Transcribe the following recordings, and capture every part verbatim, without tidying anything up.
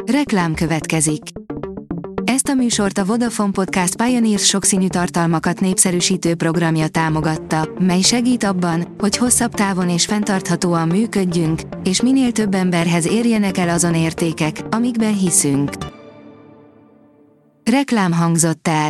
Reklám következik. Ezt a műsort a Vodafone Podcast Pioneers sokszínű tartalmakat népszerűsítő programja támogatta, mely segít abban, hogy hosszabb távon és fenntarthatóan működjünk, és minél több emberhez érjenek el azon értékek, amikben hiszünk. Reklám hangzott el.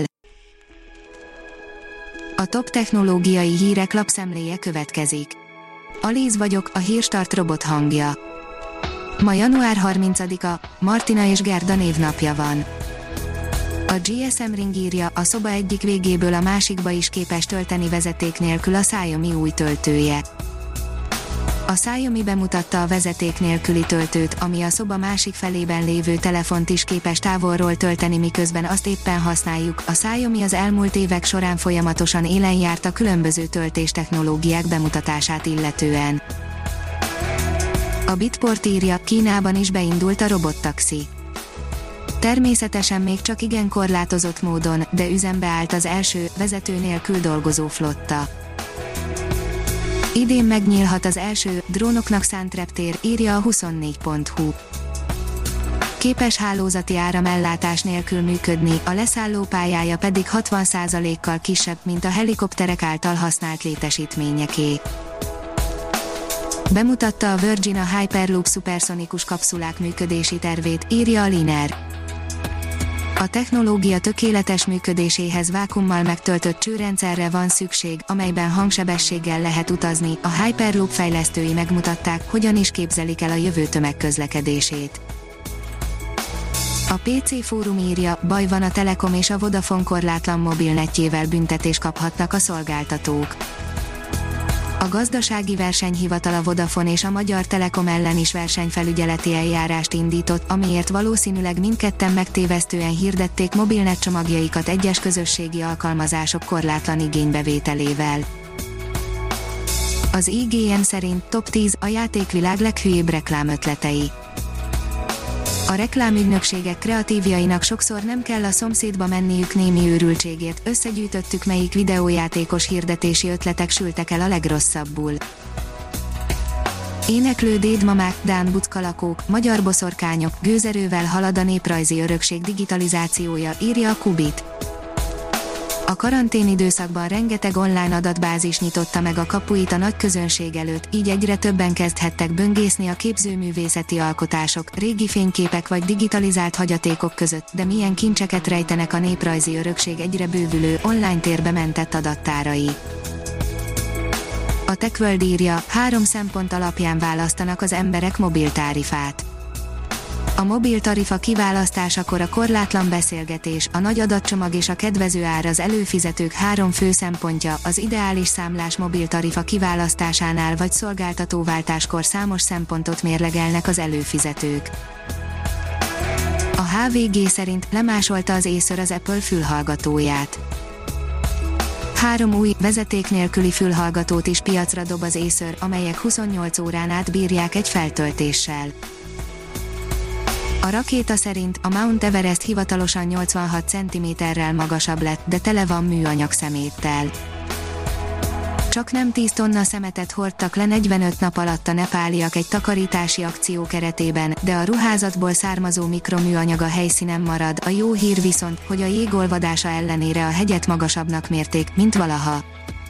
A top technológiai hírek lapszemléje következik. Alíz vagyok, a Hírstart robot hangja. Ma január harmincadika, Martina és Gerda névnapja van. A gé es em Ring írja, a szoba egyik végéből a másikba is képes tölteni vezeték nélkül a Xiaomi új töltője. A Xiaomi bemutatta a vezeték nélküli töltőt, ami a szoba másik felében lévő telefont is képes távolról tölteni, miközben azt éppen használjuk. A Xiaomi az elmúlt évek során folyamatosan élen járt a különböző töltéstechnológiák bemutatását illetően. A Bitport írja, Kínában is beindult a robottaxi. Természetesen még csak igen korlátozott módon, de üzembe állt az első, vezető nélkül dolgozó flotta. Idén megnyílhat az első, drónoknak szánt reptér, írja a huszonnégy pont hu. Képes hálózati áramellátás nélkül működni, a leszállópályája pedig hatvan százalékkal kisebb, mint a helikopterek által használt létesítményeké. Bemutatta a Virgin a Hyperloop szuperszonikus kapszulák működési tervét, írja a Liner. A technológia tökéletes működéséhez vákummal megtöltött csőrendszerre van szükség, amelyben hangsebességgel lehet utazni. A Hyperloop fejlesztői megmutatták, hogyan is képzelik el a jövő tömegközlekedését. A pé cé Fórum írja, baj van a Telekom és a Vodafone korlátlan mobilnetjével, büntetést kaphatnak a szolgáltatók. A gazdasági versenyhivatal a Vodafone és a Magyar Telekom ellen is versenyfelügyeleti eljárást indított, amiért valószínűleg mindketten megtévesztően hirdették mobilnet csomagjaikat egyes közösségi alkalmazások korlátlan igénybevételével. Az i gé en szerint top tíz a játékvilág leghülyébb reklámötletei. A reklámügynökségek kreatívjainak sokszor nem kell a szomszédba menniük némi őrültségért, összegyűjtöttük, melyik videójátékos hirdetési ötletek sültek el a legrosszabbul. Éneklő dédmamák, dán buckalakók, magyar boszorkányok, gőzerővel halad a néprajzi örökség digitalizációja, írja a Kubit. A karantén időszakban rengeteg online adatbázis nyitotta meg a kapuit a nagy közönség előtt, így egyre többen kezdhettek böngészni a képzőművészeti alkotások, régi fényképek vagy digitalizált hagyatékok között, de milyen kincseket rejtenek a néprajzi örökség egyre bővülő, online térbe mentett adattárai. A TechWorld írja, három szempont alapján választanak az emberek mobiltárifát. A mobil tarifa kiválasztásakor a korlátlan beszélgetés, a nagy adatcsomag és a kedvező ár az előfizetők három fő szempontja. Az ideális számlás mobil tarifa kiválasztásánál vagy szolgáltatóváltáskor számos szempontot mérlegelnek az előfizetők. A há vé gé szerint lemásolta az Acer az Apple fülhallgatóját. Három új, vezeték nélküli fülhallgatót is piacra dob az Acer, amelyek huszonnyolc órán át bírják egy feltöltéssel. A rakéta szerint a Mount Everest hivatalosan nyolcvanhat centiméterrel magasabb lett, de tele van műanyag szeméttel. Csak nem tíz tonna szemetet hordtak le negyvenöt nap alatt a nepáliak egy takarítási akció keretében, de a ruházatból származó mikroműanyag a helyszínen marad. A jó hír viszont, hogy a jég olvadása ellenére a hegyet magasabbnak mérték, mint valaha.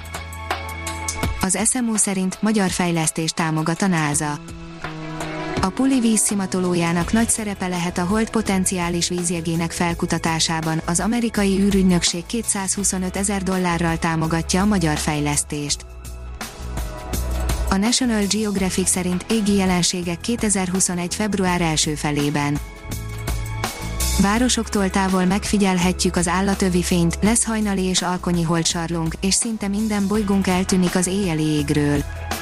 Az es em o szerint magyar fejlesztést támogat a NASA. A Puli vízszimatolójának nagy szerepe lehet a Hold potenciális vízjegének felkutatásában. Az amerikai űrügynökség kétszázhuszonöt ezer dollárral támogatja a magyar fejlesztést. A National Geographic szerint égi jelenségek kétezer-huszonegy február első felében. Városoktól távol megfigyelhetjük az állatövi fényt, lesz hajnali és alkonyi holdsarlónk, és szinte minden bolygónk eltűnik az éjjeli égről.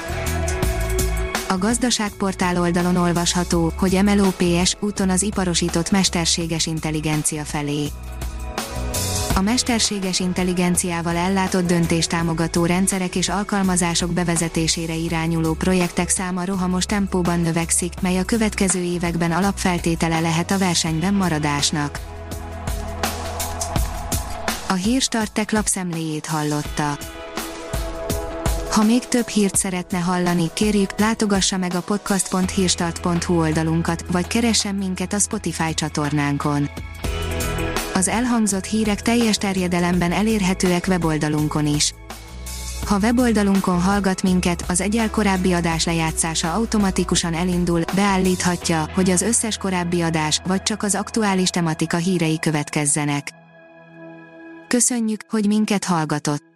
A gazdaságportál oldalon olvasható, hogy em el o pé es úton az iparosított mesterséges intelligencia felé. A mesterséges intelligenciával ellátott döntéstámogató rendszerek és alkalmazások bevezetésére irányuló projektek száma rohamos tempóban növekszik, mely a következő években alapfeltétele lehet a versenyben maradásnak. A Hírstart Tech lapszemléjét hallotta. Ha még több hírt szeretne hallani, kérjük, látogassa meg a podcast pont hírstart pont hu oldalunkat, vagy keressen minket a Spotify csatornánkon. Az elhangzott hírek teljes terjedelemben elérhetőek weboldalunkon is. Ha weboldalunkon hallgat minket, az egyel korábbi adás lejátszása automatikusan elindul, beállíthatja, hogy az összes korábbi adás, vagy csak az aktuális tematika hírei következzenek. Köszönjük, hogy minket hallgatott!